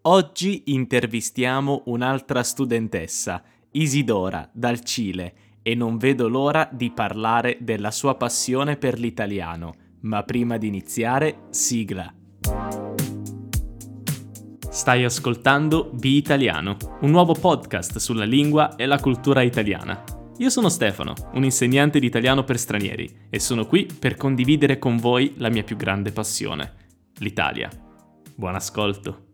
Oggi intervistiamo un'altra studentessa, Isidora, dal Cile, e non vedo l'ora di parlare della sua passione per l'italiano. Ma prima di iniziare, sigla. Stai ascoltando Bi Italiano, un nuovo podcast sulla lingua e la cultura italiana. Io sono Stefano, un insegnante di italiano per stranieri, e sono qui per condividere con voi la mia più grande passione, l'Italia. Buon ascolto.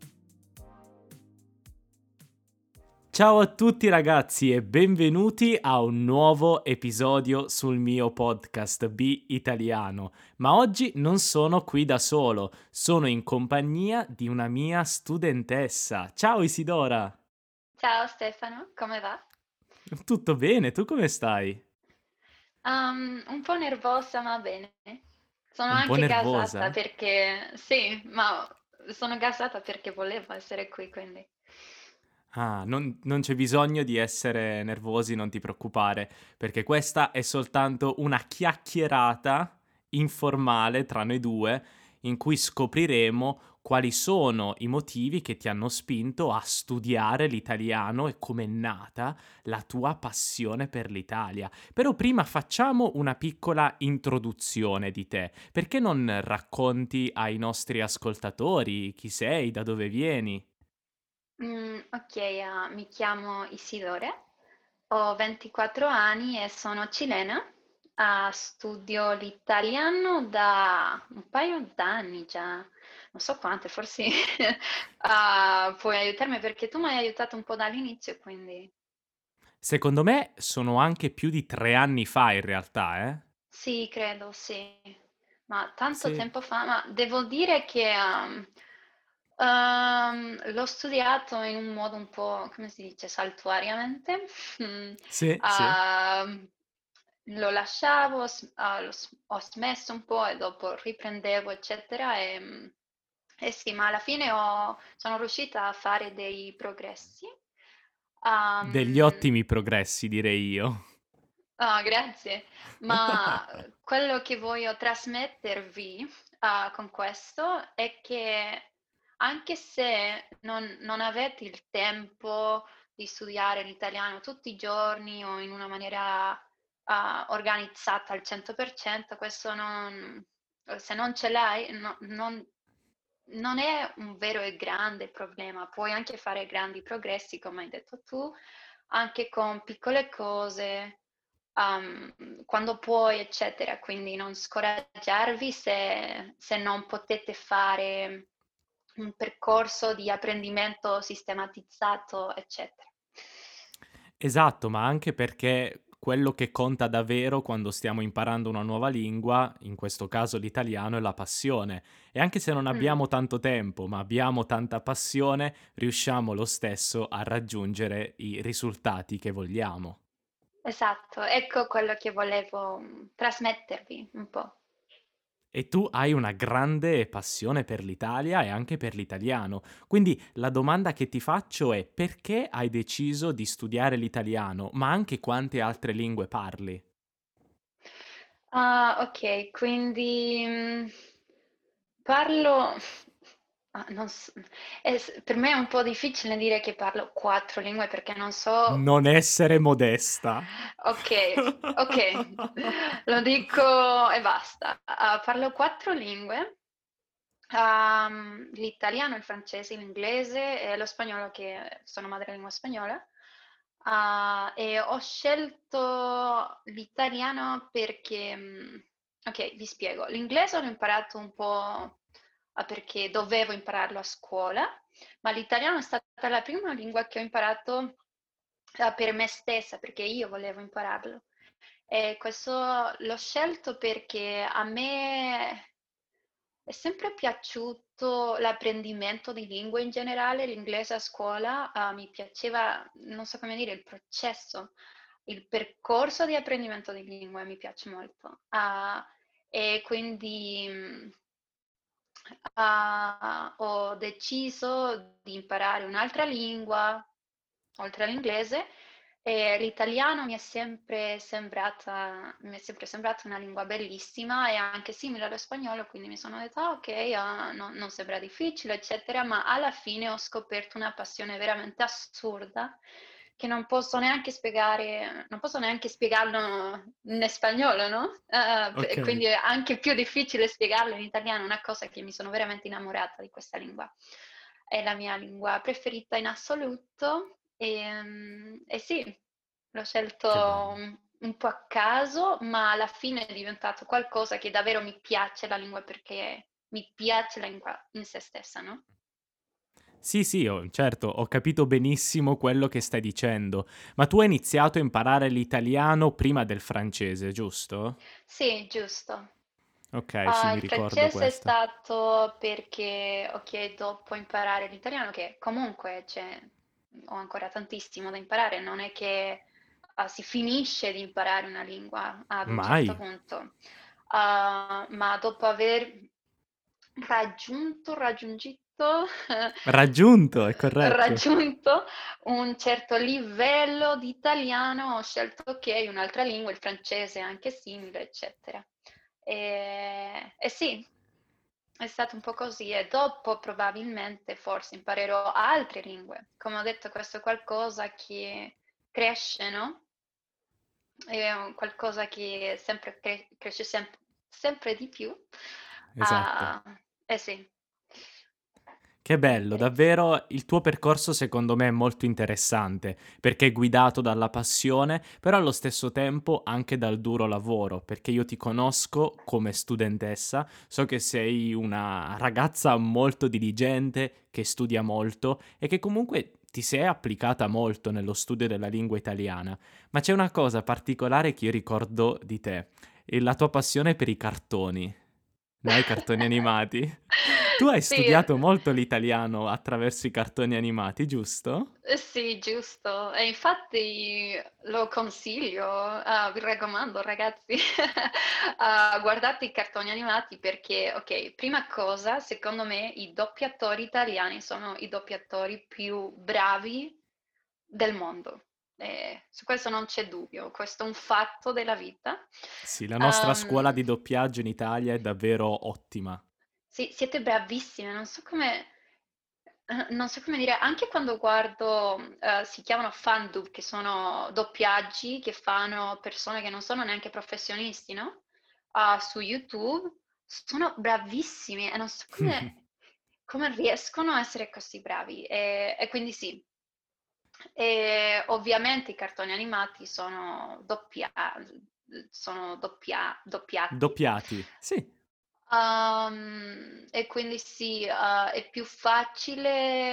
Ciao a tutti ragazzi e benvenuti a un nuovo episodio sul mio podcast Bi Italiano. Ma oggi non sono qui da solo, sono in compagnia di una mia studentessa. Ciao Isidora! Ciao Stefano, come va? Tutto bene? Tu come stai? Un po' nervosa, ma bene. Sono Un po' anche gasata nervosa? perché, sì, ma sono gasata perché volevo essere qui, quindi. Ah, non c'è bisogno di essere nervosi, non ti preoccupare, perché questa è soltanto una chiacchierata informale tra noi due, in cui scopriremo quali sono i motivi che ti hanno spinto a studiare l'italiano e com'è nata la tua passione per l'Italia. Però prima facciamo una piccola introduzione di te. Perché non racconti ai nostri ascoltatori chi sei, da dove vieni? Ok, mi chiamo Isidore, ho 24 anni e sono cilena. Studio l'italiano da un paio d'anni già, non so quante, forse puoi aiutarmi perché tu mi hai aiutato un po' dall'inizio, quindi. Secondo me sono anche più di 3 anni fa in realtà, eh. Sì, credo, sì. Ma tanto Sì. tempo fa, ma devo dire che l'ho studiato in un modo un po', come si dice, saltuariamente. Mm, Sì, sì. ehm, lo lasciavo, ho smesso un po' e dopo riprendevo, eccetera. E sì, ma alla fine sono riuscita a fare dei progressi. Degli Ehm, ottimi progressi direi io. Ah, grazie. Ma quello che voglio trasmettervi, con questo è che anche se non avete il tempo di studiare l'italiano tutti i giorni o in una maniera, organizzata al 100%, questo se non ce l'hai, non è un vero e grande problema. Puoi anche fare grandi progressi, come hai detto tu, anche con piccole cose quando puoi, eccetera. Quindi non scoraggiarvi se non potete fare un percorso di apprendimento sistematizzato, eccetera. Esatto, ma anche perché quello che conta davvero quando stiamo imparando una nuova lingua, in questo caso l'italiano, è la passione. E anche se non Mm, abbiamo tanto tempo, ma abbiamo tanta passione, riusciamo lo stesso a raggiungere i risultati che vogliamo. esatto, ecco quello che volevo trasmettervi un po'. E tu hai una grande passione per l'Italia e anche per l'italiano. Quindi la domanda che ti faccio è: perché hai deciso di studiare l'italiano, ma anche quante altre lingue parli? Ah, ok, quindi parlo, non per me è un po' difficile dire che parlo quattro lingue perché non so. Non essere modesta. Ok, ok, lo dico e basta. Parlo quattro lingue, l'italiano, il francese, l'inglese e lo spagnolo, che sono madrelingua spagnola. E ho scelto l'italiano perché, ok, vi spiego. L'inglese l'ho imparato un po' perché dovevo impararlo a scuola, ma l'italiano è stata la prima lingua che ho imparato per me stessa, perché io volevo impararlo. E questo l'ho scelto perché a me è sempre piaciuto l'apprendimento di lingue in generale, l'inglese a scuola, mi piaceva, non so come dire, il processo, il percorso di apprendimento di lingue mi piace molto. E quindi ho deciso di imparare un'altra lingua, oltre all'inglese, E l'italiano mi è sempre sembrata una lingua bellissima e anche simile allo spagnolo, quindi mi sono detta: "Ah, okay, non sembra difficile, eccetera", ma alla fine ho scoperto una passione veramente assurda che non posso neanche spiegarlo in spagnolo, no, e Okay, quindi è anche più difficile spiegarlo in italiano, una cosa che mi sono veramente innamorata di questa lingua. È la mia lingua preferita in assoluto, e sì, l'ho scelto che bello. un po' a caso, ma alla fine è diventato qualcosa che davvero mi piace la lingua perché mi piace la lingua in sé stessa, no? Sì, sì, certo, ho capito benissimo quello che stai dicendo, ma tu hai iniziato a imparare l'italiano prima del francese, giusto? Sì, giusto. Okay, sì, mi Il ricordo francese è questo. stato perché, okay, dopo imparare l'italiano, che comunque ho ancora tantissimo da imparare, non è che, si finisce di imparare una lingua ad un certo Mai? punto. Ma dopo aver raggiungito Raggiunto, è corretto. raggiunto un certo livello di italiano, ho scelto: okay, un'altra lingua, il francese è anche simile, eccetera. E sì, è stato un po' così e dopo probabilmente forse imparerò altre lingue. Come ho detto, questo è qualcosa che cresce, no, è un qualcosa che sempre cresce sempre di più. Esatto. Ah, eh sì. Che bello, Okay. davvero il tuo percorso secondo me è molto interessante, perché è guidato dalla passione, però allo stesso tempo anche dal duro lavoro, perché io ti conosco come studentessa, so che sei una ragazza molto diligente, che studia molto e che comunque ti sei applicata molto nello studio della lingua italiana. Ma c'è una cosa particolare che io ricordo di te, e la tua passione per i cartoni. No, i cartoni animati? Tu hai Sì, studiato molto l'italiano attraverso i cartoni animati, giusto? sì, giusto. E infatti lo consiglio, vi raccomando ragazzi, guardate i cartoni animati perché, okay, prima cosa, secondo me i doppiatori italiani sono i doppiatori più bravi del mondo. Su questo non c'è dubbio, questo è un fatto della vita. Sì, la nostra scuola Uhm di doppiaggio in Italia è davvero ottima. Sì, siete bravissime, non so come dire, anche quando guardo, si chiamano fandub, che sono doppiaggi che fanno persone che non sono neanche professionisti, no, su YouTube, sono bravissimi e non so come riescono a essere così bravi. E quindi sì. Ovviamente i cartoni animati doppiati. Doppiati, sì, E quindi sì, è più facile,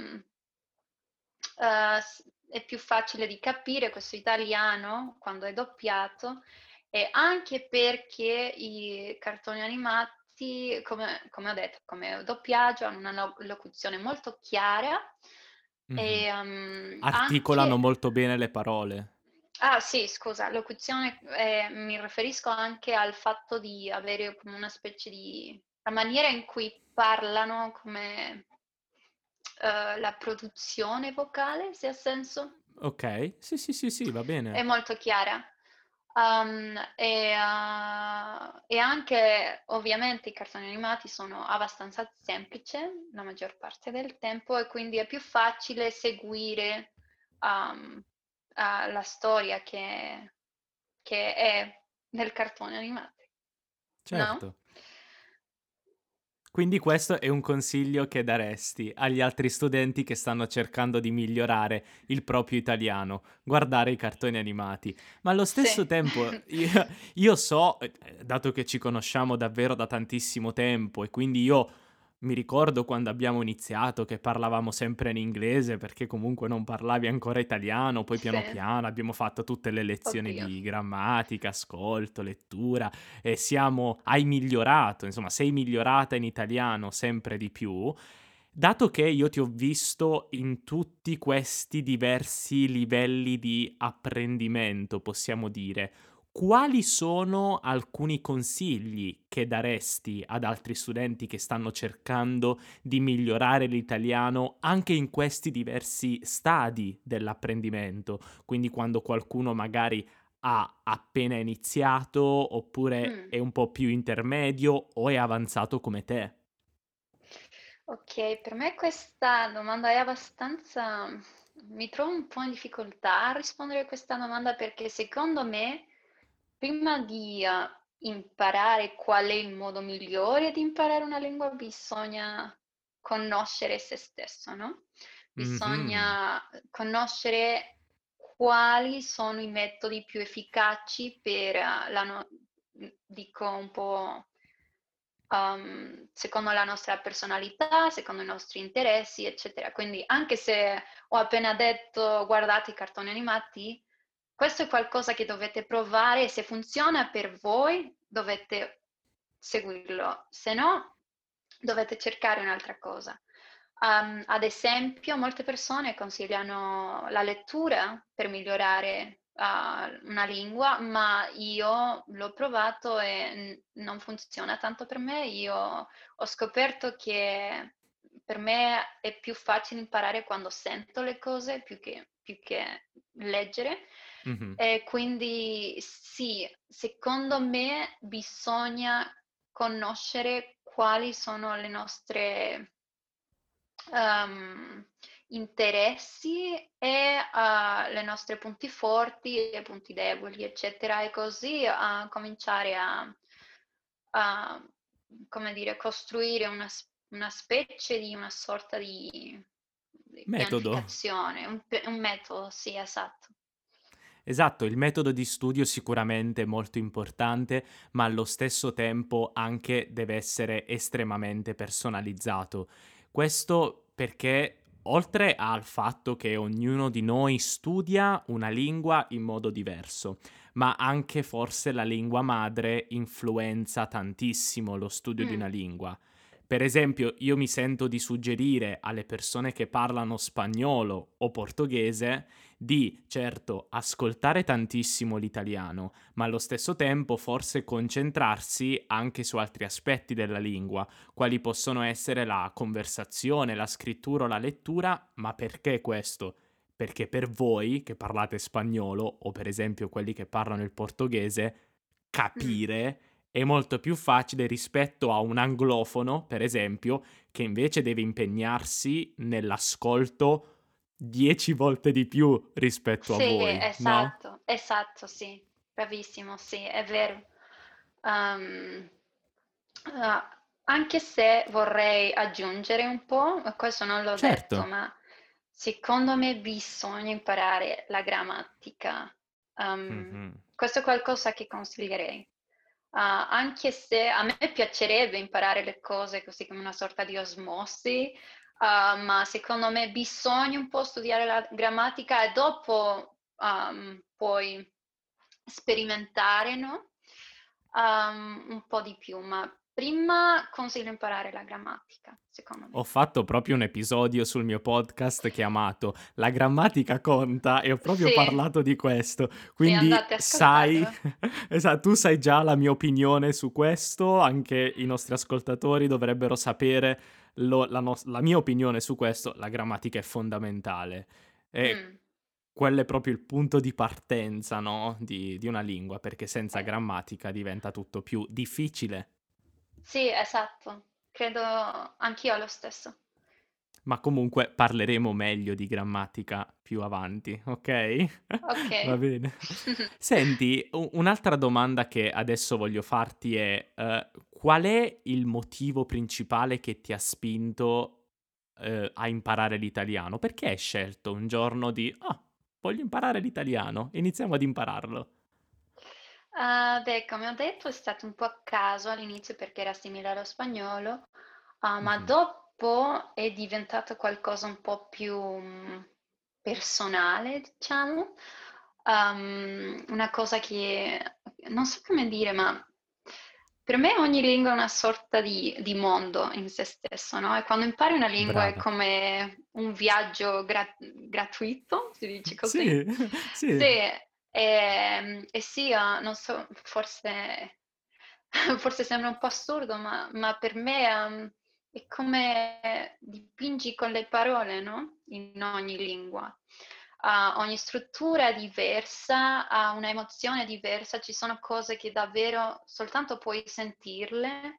è più facile di capire questo italiano quando è doppiato e anche perché i cartoni animati, come ho detto, come doppiaggio hanno una locuzione molto chiara mh-mh. e, Articolano anche molto bene le parole. sì, scusa, locuzione, mi riferisco anche al fatto di avere come una specie di la maniera in cui parlano, come, la produzione vocale, se ha senso? Okay, sì, sì, sì, sì, va È bene. molto chiara. E anche ovviamente i cartoni animati sono abbastanza semplice la maggior parte del tempo e quindi è più facile seguire, uhm, la storia che è nel cartone animati, no? Certo. Quindi questo è un consiglio che daresti agli altri studenti che stanno cercando di migliorare il proprio italiano: guardare i cartoni animati. Ma allo Sì. stesso tempo io so, dato che ci conosciamo davvero da tantissimo tempo e quindi io mi ricordo quando abbiamo iniziato che parlavamo sempre in inglese perché comunque non parlavi ancora italiano, poi piano Sì, piano abbiamo fatto tutte le lezioni oddio. di grammatica, ascolto, lettura e siamo hai migliorato, insomma sei migliorata in italiano sempre di più. Dato che io ti ho visto in tutti questi diversi livelli di apprendimento, possiamo dire, quali sono alcuni consigli che daresti ad altri studenti che stanno cercando di migliorare l'italiano anche in questi diversi stadi dell'apprendimento? Quindi quando qualcuno magari ha appena iniziato, oppure Mh. è un po' più intermedio o è avanzato come te. Okay, per me questa domanda è abbastanza mi trovo un po' in difficoltà a rispondere a questa domanda perché secondo me prima di, imparare qual è il modo migliore di imparare una lingua bisogna conoscere se stesso, no, Mh-mh. bisogna, conoscere quali sono i metodi più efficaci per dico un po', secondo la nostra personalità, secondo i nostri interessi, eccetera. Quindi anche se ho appena detto: "Guardate i cartoni animati", questo è qualcosa che dovete provare e se funziona per voi dovete seguirlo, se no dovete cercare un'altra cosa. Ad esempio, molte persone consigliano la lettura per migliorare, una lingua, ma io l'ho provato e non funziona tanto per me. Io ho scoperto che per me è più facile imparare quando sento le cose più che leggere. Mh-mh. E quindi sì, secondo me bisogna conoscere quali sono le nostre, uhm, interessi e, le nostre punti forti e punti deboli, eccetera, e così a cominciare a come dire, costruire una specie di una sorta di Metodo. pianificazione, un metodo, sì, esatto. Esatto, il metodo di studio sicuramente è molto importante, ma allo stesso tempo anche deve essere estremamente personalizzato. Questo perché oltre al fatto che ognuno di noi studia una lingua in modo diverso, ma anche forse la lingua madre influenza tantissimo lo studio di una Mh, lingua. Per esempio, io mi sento di suggerire alle persone che parlano spagnolo o portoghese di, certo, ascoltare tantissimo l'italiano, ma allo stesso tempo forse concentrarsi anche su altri aspetti della lingua, quali possono essere la conversazione, la scrittura o la lettura, ma perché questo? Perché per voi che parlate spagnolo o per esempio quelli che parlano il portoghese, mh. capire è molto più facile rispetto a un anglofono, per esempio, che invece deve impegnarsi nell'ascolto 10 volte di più rispetto a Sì, voi, no? esatto, esatto, sì, bravissimo, sì, è vero. Uhm, uhm, Anche se vorrei aggiungere un po', questo non l'ho Certo. detto, ma secondo me bisogna imparare la grammatica. Mh-mh. Questo è qualcosa che consiglierei. Anche se a me piacerebbe imparare le cose così come una sorta di osmosi, ma secondo me bisogna un po' studiare la grammatica e dopo, puoi sperimentare, no, un po' di più, ma prima consiglio imparare la grammatica, secondo Ho me. fatto proprio un episodio sul mio podcast chiamato "La grammatica conta" e ho proprio Sì, parlato di questo. sì, Quindi andate a sai ascoltarlo. tu sai già la mia opinione su questo, anche i nostri ascoltatori dovrebbero sapere la mia opinione su questo, la grammatica è fondamentale. E Mh, quello è proprio il punto di partenza, no, di una lingua, perché senza eh, grammatica diventa tutto più difficile. sì, esatto. Credo anch'io lo stesso. Ma comunque parleremo meglio di grammatica più avanti, okay? Va Okay. bene. Senti, un'altra domanda che adesso voglio farti è, qual è il motivo principale che ti ha spinto, a imparare l'italiano? Perché hai scelto un giorno di: "Ah, voglio imparare l'italiano, iniziamo ad impararlo"? Beh, come ho detto è stato un po' a caso all'inizio perché era simile allo spagnolo, ma Mh-mh. dopo è diventato qualcosa un po' più, personale, diciamo. Una cosa che non so come dire, ma per me ogni lingua è una sorta di mondo in sé stesso, no, e quando impari una lingua è Brava. come un viaggio gratuito, si dice così? Sì, Sì, sì. E sì, non so, forse forse sembra un po' assurdo, ma per me, è come dipingi con le parole, no, in ogni lingua. Ha ogni struttura è diversa, ha una emozione diversa, ci sono cose che davvero soltanto puoi sentirle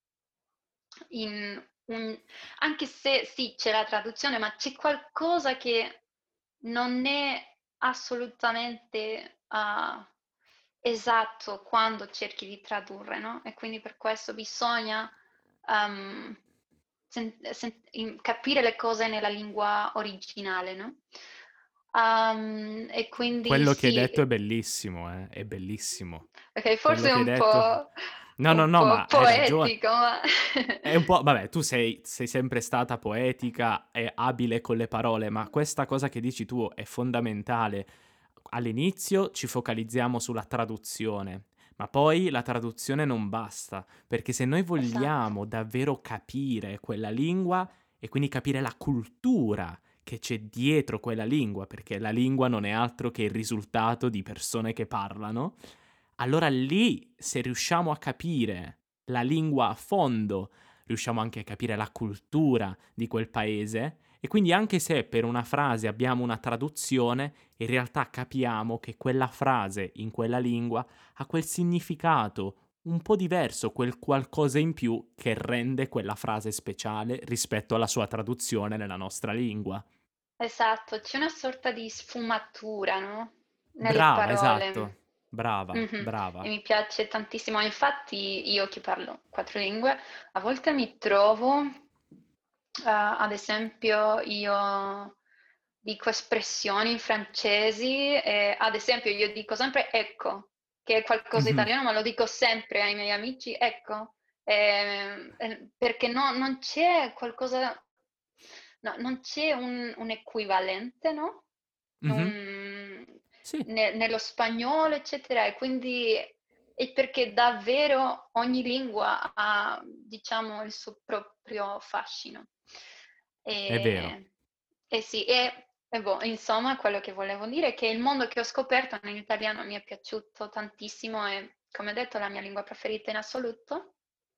in un anche se sì, c'è la traduzione, ma c'è qualcosa che non è assolutamente, esatto quando cerchi di tradurre, no, e quindi per questo bisogna, uhm, capire le cose nella lingua originale, no, e quindi Quello che hai sì, detto è bellissimo, è bellissimo. okay, Quello forse è che hai un detto po' no, no, no, ma hai ragione. poetico, ma È un po' vabbè, tu sei sempre stata poetica e abile con le parole, ma questa cosa che dici tu è fondamentale. All'inizio ci focalizziamo sulla traduzione, ma poi la traduzione non basta, perché se noi esatto, vogliamo davvero capire quella lingua e quindi capire la cultura che c'è dietro quella lingua, perché la lingua non è altro che il risultato di persone che parlano, allora lì, se riusciamo a capire la lingua a fondo, riusciamo anche a capire la cultura di quel paese e quindi anche se per una frase abbiamo una traduzione, in realtà capiamo che quella frase in quella lingua ha quel significato un po' diverso, quel qualcosa in più che rende quella frase speciale rispetto alla sua traduzione nella nostra lingua. esatto, c'è una sorta di sfumatura, no, nelle Brava, esatto. parole. Brava, Mh-mh. E brava. mi piace tantissimo. Infatti io che parlo 4 lingue, a volte mi trovo, ad esempio io dico espressioni francesi e ad esempio io dico sempre "ecco", che è qualcosa Mh-mh. italiano, ma lo dico sempre ai miei amici "ecco", perché non c'è qualcosa, no, non c'è un equivalente, no, Mh-mh. un Sì, nello spagnolo, eccetera, e quindi è perché davvero ogni lingua ha, diciamo, il suo proprio fascino. è vero. E sì, e boh, insomma quello che volevo dire è che il mondo che ho scoperto nell'italiano mi è piaciuto tantissimo e, come ho detto, è la mia lingua preferita in assoluto.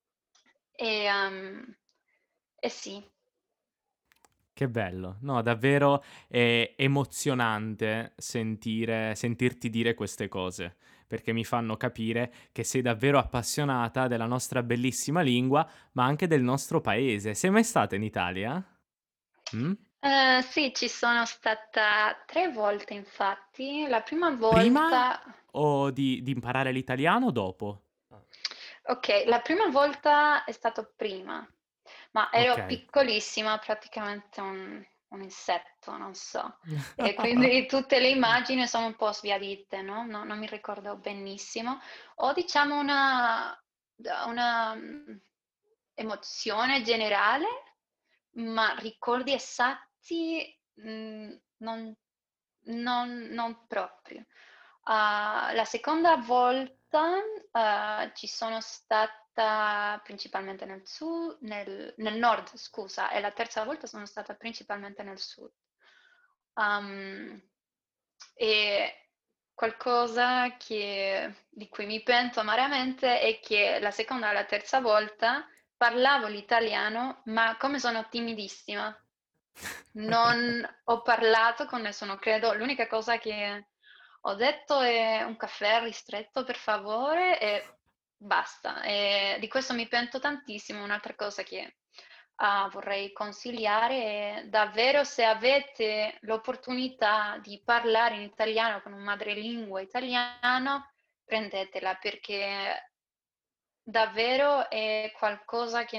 E sì. Che bello. No, davvero è emozionante sentirti dire queste cose, perché mi fanno capire che sei davvero appassionata della nostra bellissima lingua, ma anche del nostro paese. Sei mai stata in Italia? Mh? Sì, ci sono stata 3 volte infatti. La prima Prima volta, o di imparare l'italiano o dopo? okay, la prima volta è stato prima, ma ero Okay. piccolissima, praticamente un insetto, non so. E quindi tutte le immagini sono un po' sbiadite, no, non mi ricordo benissimo. Ho diciamo una, emozione generale, ma ricordi esatti, non proprio. La seconda volta, ci sono stata principalmente nel nord, scusa, e la terza volta sono stata principalmente nel sud. Uhm, e qualcosa di cui mi pento amaramente è che la seconda e la terza volta parlavo l'italiano, ma come sono timidissima, non ho parlato con nessuno. Credo l'unica cosa che ho detto è: "Un caffè ristretto per favore", e basta. Di questo mi pento tantissimo. Un'altra cosa che, vorrei consigliare è davvero, se avete l'opportunità di parlare in italiano con un madrelingua italiano, prendetela, perché davvero è qualcosa che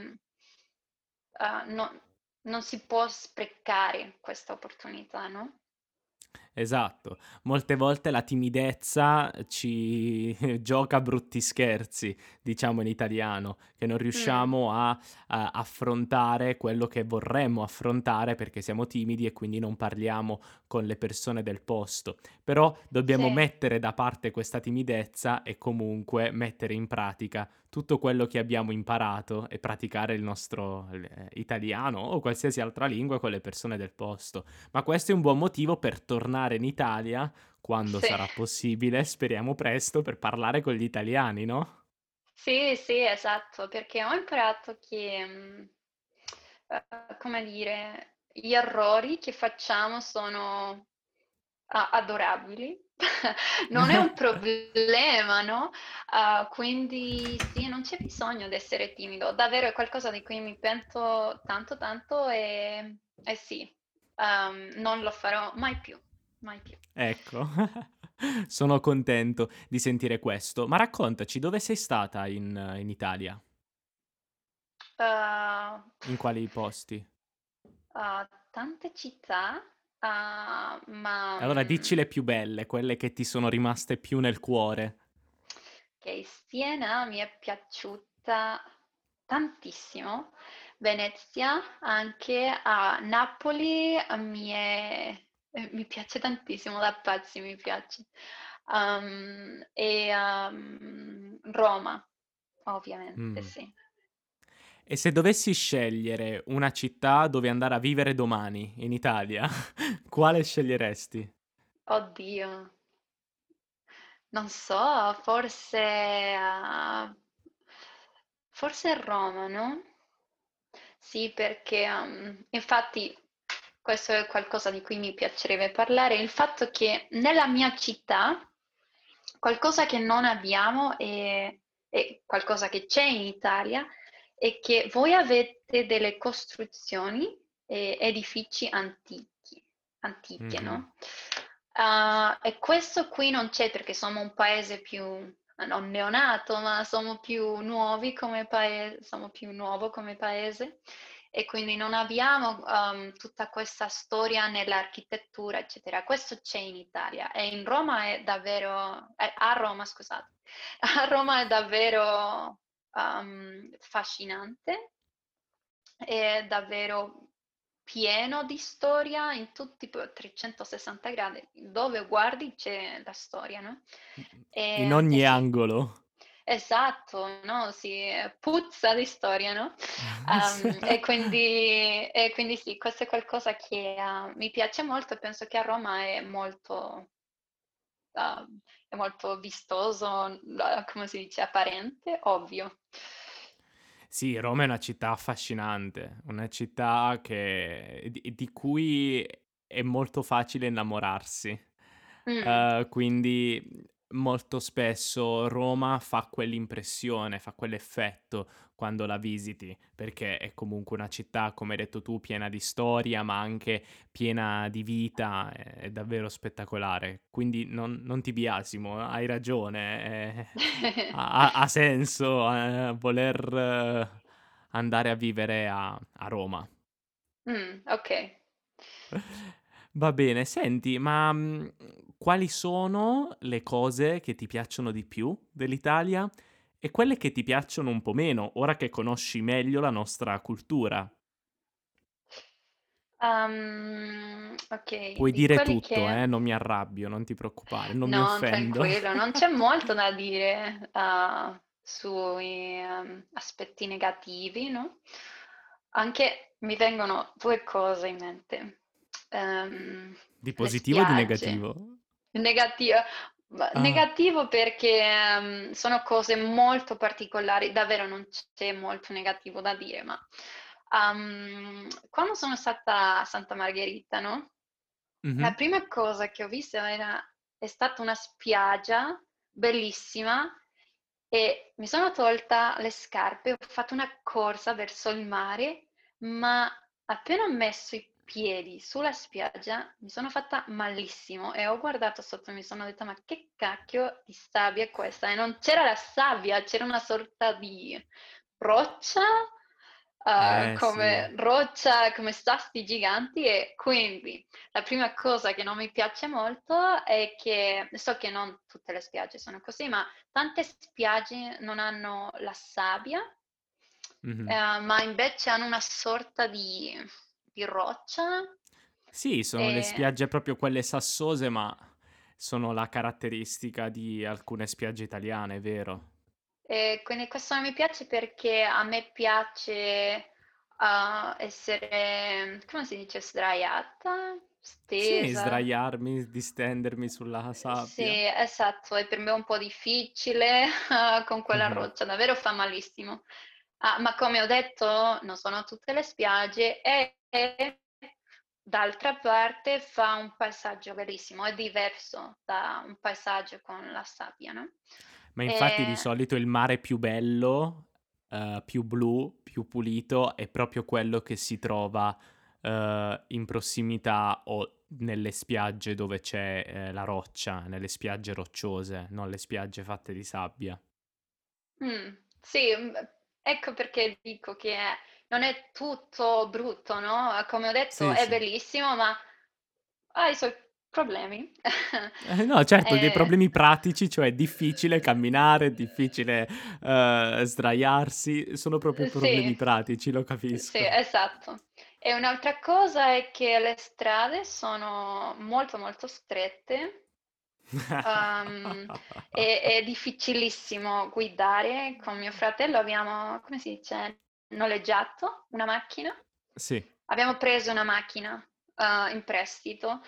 non si può sprecare questa opportunità, no? Esatto. Molte volte la timidezza ci gioca brutti scherzi, diciamo in italiano, che non Mh, riusciamo a affrontare quello che vorremmo affrontare perché siamo timidi e quindi non parliamo con le persone del posto. Però dobbiamo sì, mettere da parte questa timidezza e comunque mettere in pratica tutto quello che abbiamo imparato e praticare il nostro italiano o qualsiasi altra lingua con le persone del posto. Ma questo è un buon motivo per tornare tornare in Italia quando Sì. sarà possibile, speriamo presto, per parlare con gli italiani, no? Sì, sì, esatto, perché ho imparato che, come dire, gli errori che facciamo sono adorabili. Non è un problema, no, quindi sì, non c'è bisogno d'essere timido. Davvero è qualcosa di cui mi pento tanto, tanto e sì, non lo farò mai più, mai più. Ecco, sono contento di sentire questo. Ma raccontaci, dove sei stata in Italia? Uhm, In quali posti? Tante città, ma, Allora dici le più belle, quelle che ti sono rimaste più nel cuore. okay, Siena mi è piaciuta tantissimo, Venezia anche, a Napoli mi piace tantissimo, da pazzi mi piace. Roma, ovviamente Mh. sì. E se dovessi scegliere una città dove andare a vivere domani in Italia, quale sceglieresti? Oddio. Non so, forse Roma, no? Sì, perché, infatti questo è qualcosa di cui mi piacerebbe parlare, il fatto che nella mia città qualcosa che non abbiamo e qualcosa che c'è in Italia è che voi avete delle costruzioni e edifici antiche, Mh-mh. no? E questo qui non c'è perché siamo un paese più, non neonato, ma siamo più nuovi come paese, siamo più nuovo come paese e quindi non abbiamo tutta questa storia nell'architettura, eccetera. Questo c'è in Italia e in Roma è davvero, a Roma, scusate, a Roma è davvero affascinante, è davvero pieno di storia in tutti i 360 gradi, dove guardi c'è la storia, no? In E ogni sì, angolo. esatto, no? Si puzza di storia, no? S E quindi sì, questo è qualcosa che mi piace molto e penso che a Roma è molto vistoso, come si dice, apparente, ovvio. Sì, Roma è una città affascinante, una città di cui è molto facile innamorarsi. Mm, Quindi, molto spesso Roma fa quell'impressione, fa quell'effetto quando la visiti, perché è comunque una città, come hai detto tu, piena di storia, ma anche piena di vita, è davvero spettacolare. Quindi non ti biasimo, hai ragione, ha senso, voler andare a vivere a Roma. ok. Va bene, senti, ma, quali sono le cose che ti piacciono di più dell'Italia e quelle che ti piacciono un po' meno, ora che conosci meglio la nostra cultura? Ok, Puoi di dire quelli tutto, che... non mi arrabbio, non ti preoccupare, non mi No, offendo. tranquillo, non c'è molto da dire sui aspetti negativi, no? Anche mi vengono due cose in mente. Di Le positivo o di spiagge. negativo? Negativo, Ah, negativo perché sono cose molto particolari, davvero non c'è molto negativo da dire, ma quando sono stata a Santa Margherita, no? mh-mh. La prima cosa che ho visto è stata una spiaggia bellissima e mi sono tolta le scarpe, ho fatto una corsa verso il mare, ma appena ho messo i piedi sulla spiaggia mi sono fatta malissimo e ho guardato sotto e mi sono detta: ma che cacchio di sabbia è questa? E non c'era la sabbia, c'era una sorta di roccia, Sì. come roccia, come sassi giganti e quindi la prima cosa che non mi piace molto è che so che non tutte le spiagge sono così, ma tante spiagge non hanno la sabbia, Mh-mh. ma invece hanno una sorta di roccia. Sì, sono le E, spiagge proprio quelle sassose, ma sono la caratteristica di alcune spiagge italiane, è vero. e quindi questo non mi piace perché a me piace essere, come si dice, sdraiata, Sì, stesa. sdraiarmi, distendermi sulla Sì, sabbia. esatto, e per me è un po' difficile con quella Mh-mh. roccia, davvero fa malissimo. Ma come ho detto, non sono tutte le spiagge e d'altra parte fa un paesaggio bellissimo, è diverso da un paesaggio con la sabbia, no? Ma infatti di Ehm, solito il mare più bello, più blu, più pulito, è proprio quello che si trova, in prossimità o nelle spiagge dove c'è, la roccia, nelle spiagge rocciose, non le spiagge fatte di sabbia. sì, ecco perché dico che non è tutto brutto, no, come ho detto Sì, è sì. bellissimo, ma ha i suoi problemi. No, certo, dei Ehm, problemi pratici, cioè è difficile camminare, è difficile, sdraiarsi, sono proprio sì, problemi pratici, lo sì, capisco. esatto. E un'altra cosa è che le strade sono molto, molto strette, uhm, è difficilississimo guidare. Con mio fratello abbiamo, come si dice, noleggiato una macchina. Sì. Abbiamo preso una macchina, in prestito,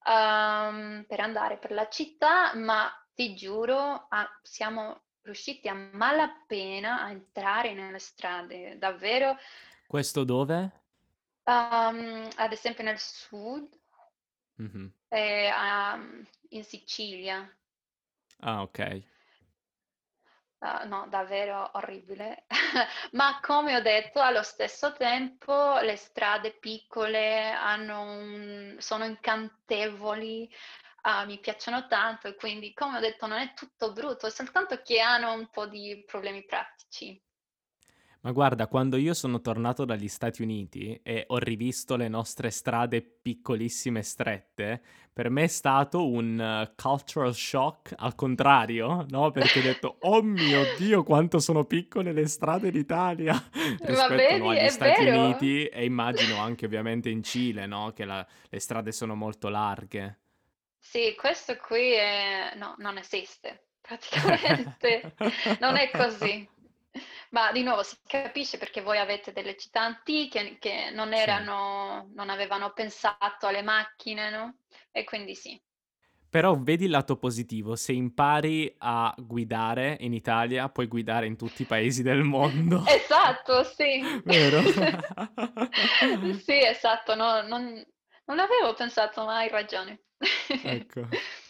per andare per la città, ma ti giuro, siamo riusciti a malapena a entrare nelle strade, davvero. Questo dove? Ad esempio nel sud, Mh-mh. in Sicilia. Ah, okay. No, davvero orribile. Ma come ho detto, allo stesso tempo le strade piccole sono incantevoli, mi piacciono tanto e quindi, come ho detto, non è tutto brutto, è soltanto che hanno un po' di problemi pratici. Ma guarda, quando io sono tornato dagli Stati Uniti e ho rivisto le nostre strade piccolissime e strette, per me è stato un cultural shock al contrario, no, perché ho detto: "Oh mio Dio, quanto sono piccole le strade d'Italia!" Ma rispetto, no, vedi, agli è Stati vero? Uniti e immagino anche ovviamente in Cile, no, che la le strade sono molto larghe. Sì, questo qui no, non esiste praticamente, non è così. Ma di nuovo si capisce perché voi avete delle città antiche che Sì. non avevano pensato alle macchine, no, e quindi sì. Però vedi il lato positivo, se impari a guidare in Italia, puoi guidare in tutti i paesi del mondo. Esatto, sì. Vero? Sì, esatto, non l'avevo pensato, ma hai ragione. Ecco.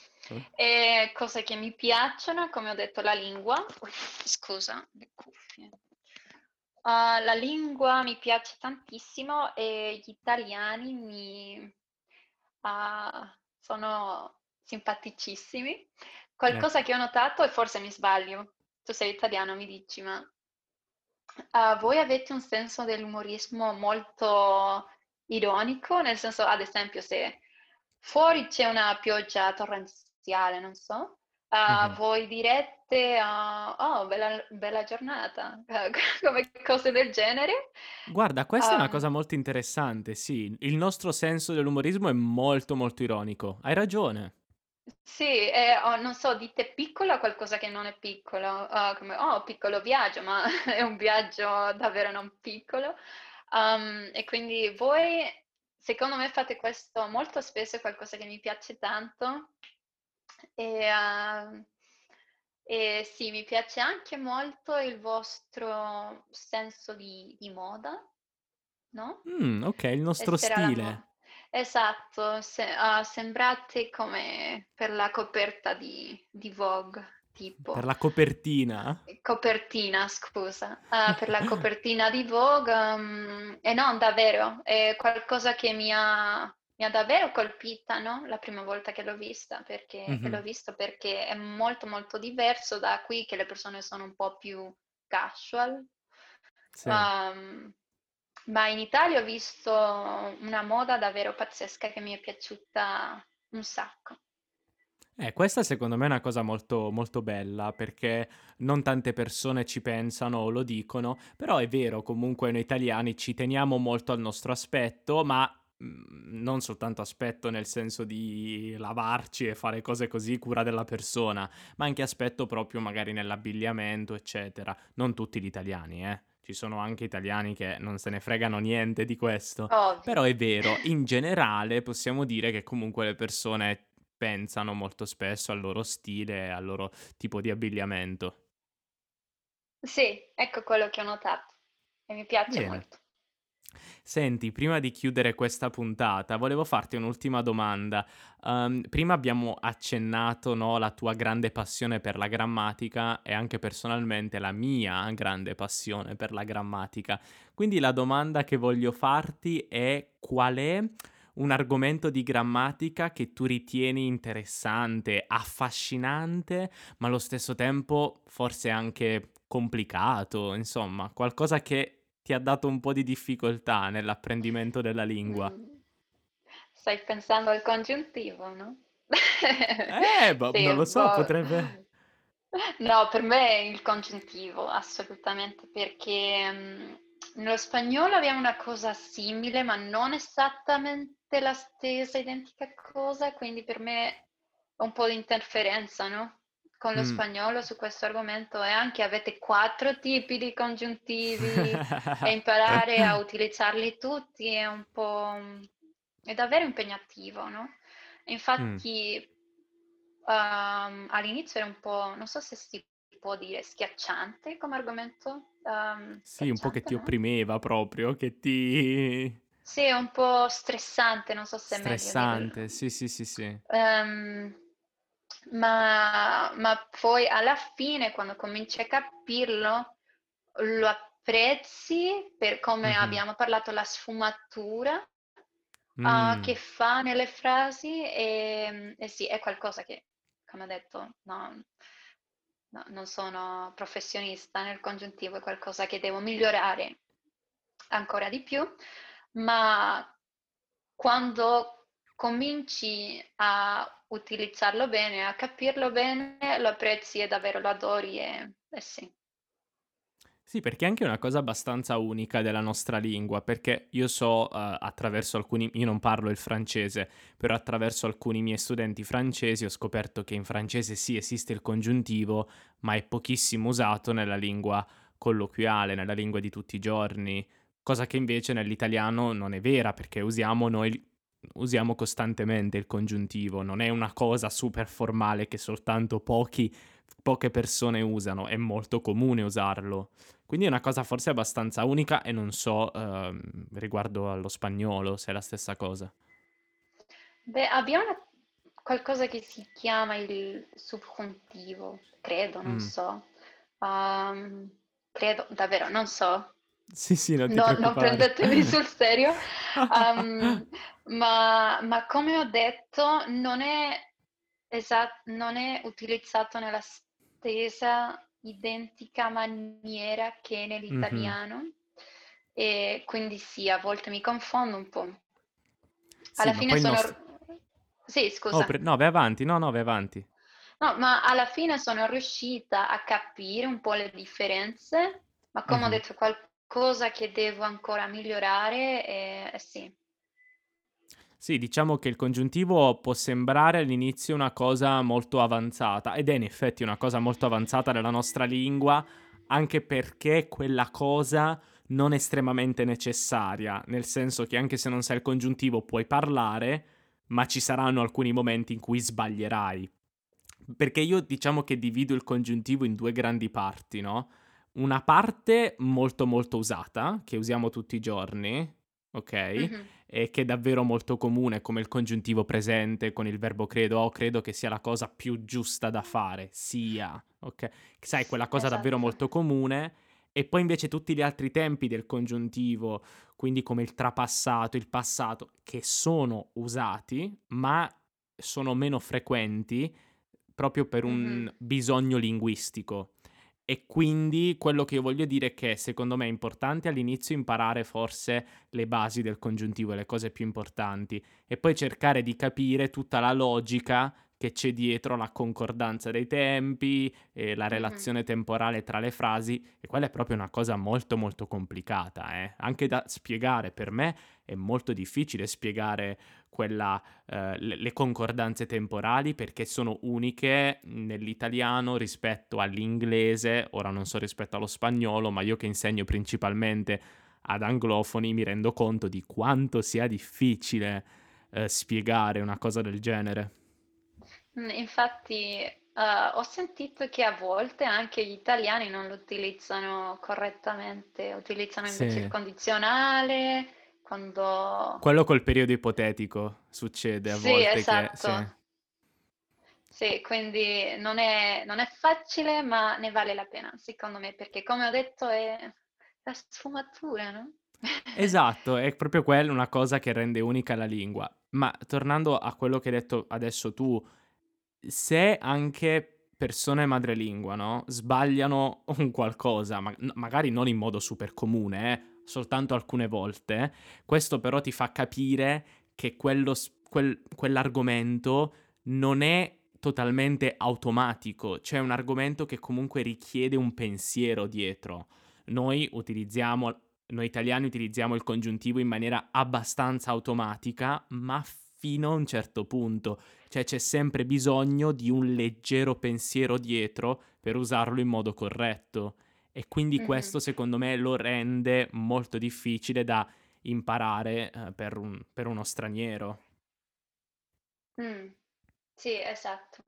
E cose che mi piacciono, come ho detto, la lingua. Ui, scusa, le cuffie. La lingua mi piace tantissimo e gli italiani sono simpaticissimi. Qualcosa Ecco. che ho notato, e forse mi sbaglio, tu sei italiano, mi dici, ma voi avete un senso dell'umorismo molto ironico, nel senso, ad esempio, se fuori c'è una pioggia torrenziale, non so, Mh-mh. voi direte, "Oh, bella, bella giornata", come cose del genere. Guarda, questa è una Um, cosa molto interessante, sì. Il nostro senso dell'umorismo è molto, molto ironico. Hai ragione. sì, non so, dite piccolo a qualcosa che non è piccolo, come, oh, piccolo viaggio, ma è un viaggio davvero non piccolo. E quindi voi, secondo me, fate questo molto spesso, è qualcosa che mi piace tanto. E, e sì, mi piace anche molto il vostro senso di moda, no? Okay, il nostro Essere alla stile. esatto, sembrate come per la coperta di Vogue, Per tipo. la copertina? Copertina, scusa. Per la copertina di Vogue, e no, davvero, è qualcosa che mi ha davvero colpita, no, la prima volta che Mh-mh. l'ho visto, perché è molto, molto diverso da qui che le persone sono un po' più casual. Sì. Uhm, ma in Italia ho visto una moda davvero pazzesca che mi è piaciuta un sacco. Questa secondo me è una cosa molto, molto bella, perché non tante persone ci pensano o lo dicono, però è vero, comunque noi italiani ci teniamo molto al nostro aspetto, ma, non soltanto aspetto nel senso di lavarci e fare cose così, cura della persona, ma anche aspetto proprio magari nell'abbigliamento, eccetera. Non tutti gli italiani, ci sono anche italiani che non se ne fregano niente di questo, ovvio. però è vero, in generale possiamo dire che comunque le persone pensano molto spesso al loro stile, al loro tipo di abbigliamento. Sì, ecco quello che ho notato e mi piace Bene. molto. Senti, prima di chiudere questa puntata, volevo farti un'ultima domanda. Prima abbiamo accennato, no, la tua grande passione per la grammatica e anche personalmente la mia grande passione per la grammatica. Quindi la domanda che voglio farti è: qual è un argomento di grammatica che tu ritieni interessante, affascinante, ma allo stesso tempo forse anche complicato, insomma, qualcosa che ti ha dato un po' di difficoltà nell'apprendimento della lingua? Mh. Stai pensando al congiuntivo, no? Boh, Sì, non lo so, boh. potrebbe. No, per me è il congiuntivo, assolutamente, perché, nello spagnolo abbiamo una cosa simile, ma non esattamente la stessa identica cosa, quindi per me è un po' di interferenza, no, con lo Mh. spagnolo su questo argomento e anche avete 4 tipi di congiuntivi e imparare a utilizzarli tutti è un po', è davvero impegnativo, no? Mh. Infatti, all'inizio era un po', non so se si può dire schiacciante come argomento, Sì, un po' che schiacciante, ti no? opprimeva proprio, che ti Sì, è un po' stressante, non so se è meglio dirlo. stressante. Sì, sì, sì, sì. Ehm, ma poi alla fine, quando cominci a capirlo, lo apprezzi per come Mh-mh. abbiamo parlato, la sfumatura che Mh. fa nelle frasi, e sì, è qualcosa che, come ho detto, non sono professionista nel congiuntivo, è qualcosa che devo migliorare ancora di più, ma quando cominci a utilizzarlo bene, a capirlo bene, lo apprezzi e davvero lo adori e sì. Sì, perché è anche una cosa abbastanza unica della nostra lingua, perché io so, attraverso alcuni io non parlo il francese, però attraverso alcuni miei studenti francesi ho scoperto che in francese sì, esiste il congiuntivo, ma è pochissimo usato nella lingua colloquiale, nella lingua di tutti i giorni, cosa che invece nell'italiano non è vera, perché usiamo costantemente il congiuntivo, non è una cosa super formale che soltanto poche persone usano, è molto comune usarlo. Quindi è una cosa forse abbastanza unica e non so, riguardo allo spagnolo se è la stessa cosa. Beh, abbiamo qualcosa che si chiama il subjuntivo, credo, non Mh. so. Ehm, credo, davvero, non so. Sì, sì, non ti Non preoccupare. prendetemi sul serio. Ehm, ma come ho detto, non è utilizzato nella stessa identica maniera che Mh-mh. nell'italiano e quindi sì, a volte mi confondo un po'. Sì, Alla ma fine poi il sono nostro r Sì, oh, scusa. no, vai avanti. No, no, vai avanti. No, ma alla fine sono riuscita a capire un po' le differenze, ma come ho Mh-mh. detto, qualcosa che devo ancora migliorare, sì. Sì, diciamo che il congiuntivo può sembrare all'inizio una cosa molto avanzata ed è in effetti una cosa molto avanzata nella nostra lingua, anche perché è quella cosa non estremamente necessaria, nel senso che anche se non sai il congiuntivo puoi parlare, ma ci saranno alcuni momenti in cui sbaglierai. Perché io diciamo che divido il congiuntivo in 2 grandi parti, no, una parte molto, molto usata, che usiamo tutti i giorni, okay, Mh-mh, e che è davvero molto comune, come il congiuntivo presente con il verbo credo: "Oh, credo che sia la cosa più giusta da fare." Sia, sai quella cosa davvero esatto. molto comune, e poi invece tutti gli altri tempi del congiuntivo, quindi come il trapassato, il passato, che sono usati, ma sono meno frequenti proprio per Mh-mh, un bisogno linguistico. E quindi quello che io voglio dire è che secondo me è importante all'inizio imparare forse le basi del congiuntivo, le cose più importanti, e poi cercare di capire tutta la logica che c'è dietro la concordanza dei tempi e la mh-mh. relazione temporale tra le frasi, e quella è proprio una cosa molto molto complicata, anche da spiegare per me è molto difficile spiegare le concordanze temporali perché sono uniche nell'italiano rispetto all'inglese, ora non so rispetto allo spagnolo, ma io che insegno principalmente ad anglofoni mi rendo conto di quanto sia difficile spiegare una cosa del genere. Infatti, ho sentito che a volte anche gli italiani non lo utilizzano correttamente, utilizzano invece il Sì. condizionale quando... Quello col periodo ipotetico succede a Sì, volte che sì. esatto. Sì, quindi non è facile, ma ne vale la pena, secondo me, perché come ho detto è la sfumatura, no? Esatto, è proprio quella una cosa che rende unica la lingua. Ma tornando a quello che hai detto adesso tu, se anche persone madrelingua, no, sbagliano un qualcosa, magari non in modo super comune, soltanto alcune volte, questo però ti fa capire che quell'argomento non è totalmente automatico, c'è un argomento che comunque richiede un pensiero dietro. Noi utilizziamo Noi italiani utilizziamo il congiuntivo in maniera abbastanza automatica, ma fino a un certo punto. Cioè c'è sempre bisogno di un leggero pensiero dietro per usarlo in modo corretto. E quindi Mhm. questo secondo me lo rende molto difficile da imparare per uno straniero. Mm, sì, esatto.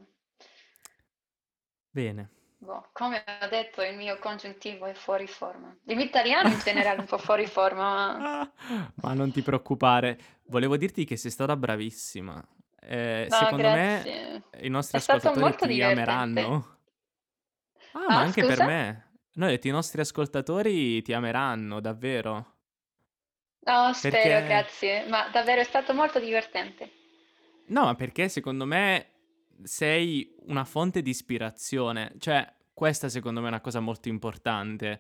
Bene. Boh, come ho detto, il mio congiuntivo è fuori forma. Il mio italiano in generale è un po' fuori forma, ma... Ma non ti preoccupare, volevo dirti che sei stata bravissima. No, Secondo me grazie. i nostri È stato ascoltatori molto ti divertente. ameranno. Ah, ma Ah, anche per scusa? me. No, ho detto i nostri ascoltatori ti ameranno, davvero. No, spero, Perché grazie. Ma davvero è stato molto divertente. no, ma perché secondo me sei una fonte di ispirazione. Cioè, questa secondo me è una cosa molto importante.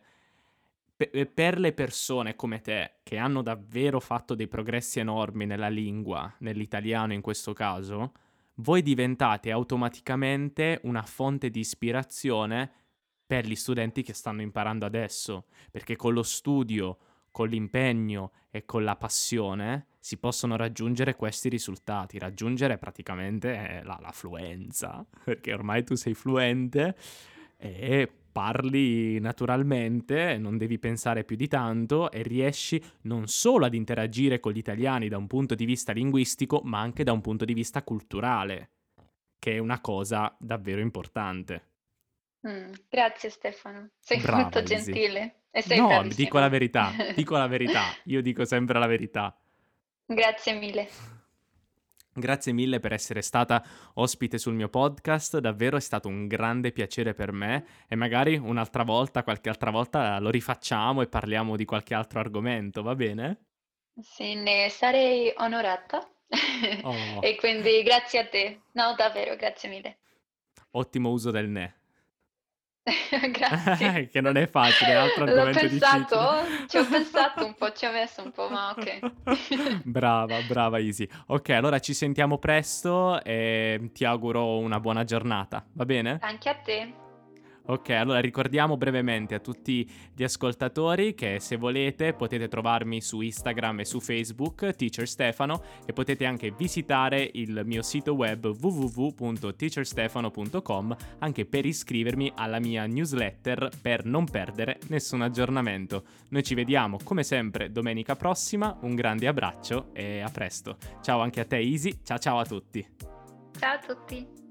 Per le persone come te, che hanno davvero fatto dei progressi enormi nella lingua, nell'italiano in questo caso, voi diventate automaticamente una fonte di ispirazione per gli studenti che stanno imparando adesso, perché con lo studio, con l'impegno e con la passione si possono raggiungere questi risultati. Raggiungere praticamente la fluenza, perché ormai tu sei fluente e parli naturalmente, non devi pensare più di tanto e riesci non solo ad interagire con gli italiani da un punto di vista linguistico, ma anche da un punto di vista culturale, che è una cosa davvero importante. Grazie Stefano, sei molto Brava Easy. gentile e sei No, dico la bravissimo. verità, dico la verità, io dico sempre la verità. Grazie mille. Grazie mille per essere stata ospite sul mio podcast, davvero è stato un grande piacere per me e magari un'altra volta, qualche altra volta lo rifacciamo e parliamo di qualche altro argomento, va bene? Sì, ne sarei onorata. Oh, E quindi grazie a te. No, davvero, grazie mille. ottimo uso del ne. Grazie. Che non è facile, è un altro L'ho argomento difficile. pensato, ci ho pensato un po', ci ho messo un po', ma ok. Brava, brava Easy. Ok, allora ci sentiamo presto e ti auguro una buona giornata, va bene? Anche a te. Ok, allora ricordiamo brevemente a tutti gli ascoltatori che se volete potete trovarmi su Instagram e su Facebook, Teacher Stefano, e potete anche visitare il mio sito web www.teacherstefano.com anche per iscrivermi alla mia newsletter per non perdere nessun aggiornamento. Noi ci vediamo come sempre domenica prossima, un grande abbraccio e a presto. Ciao anche a te Easy, ciao ciao a tutti. Ciao a tutti.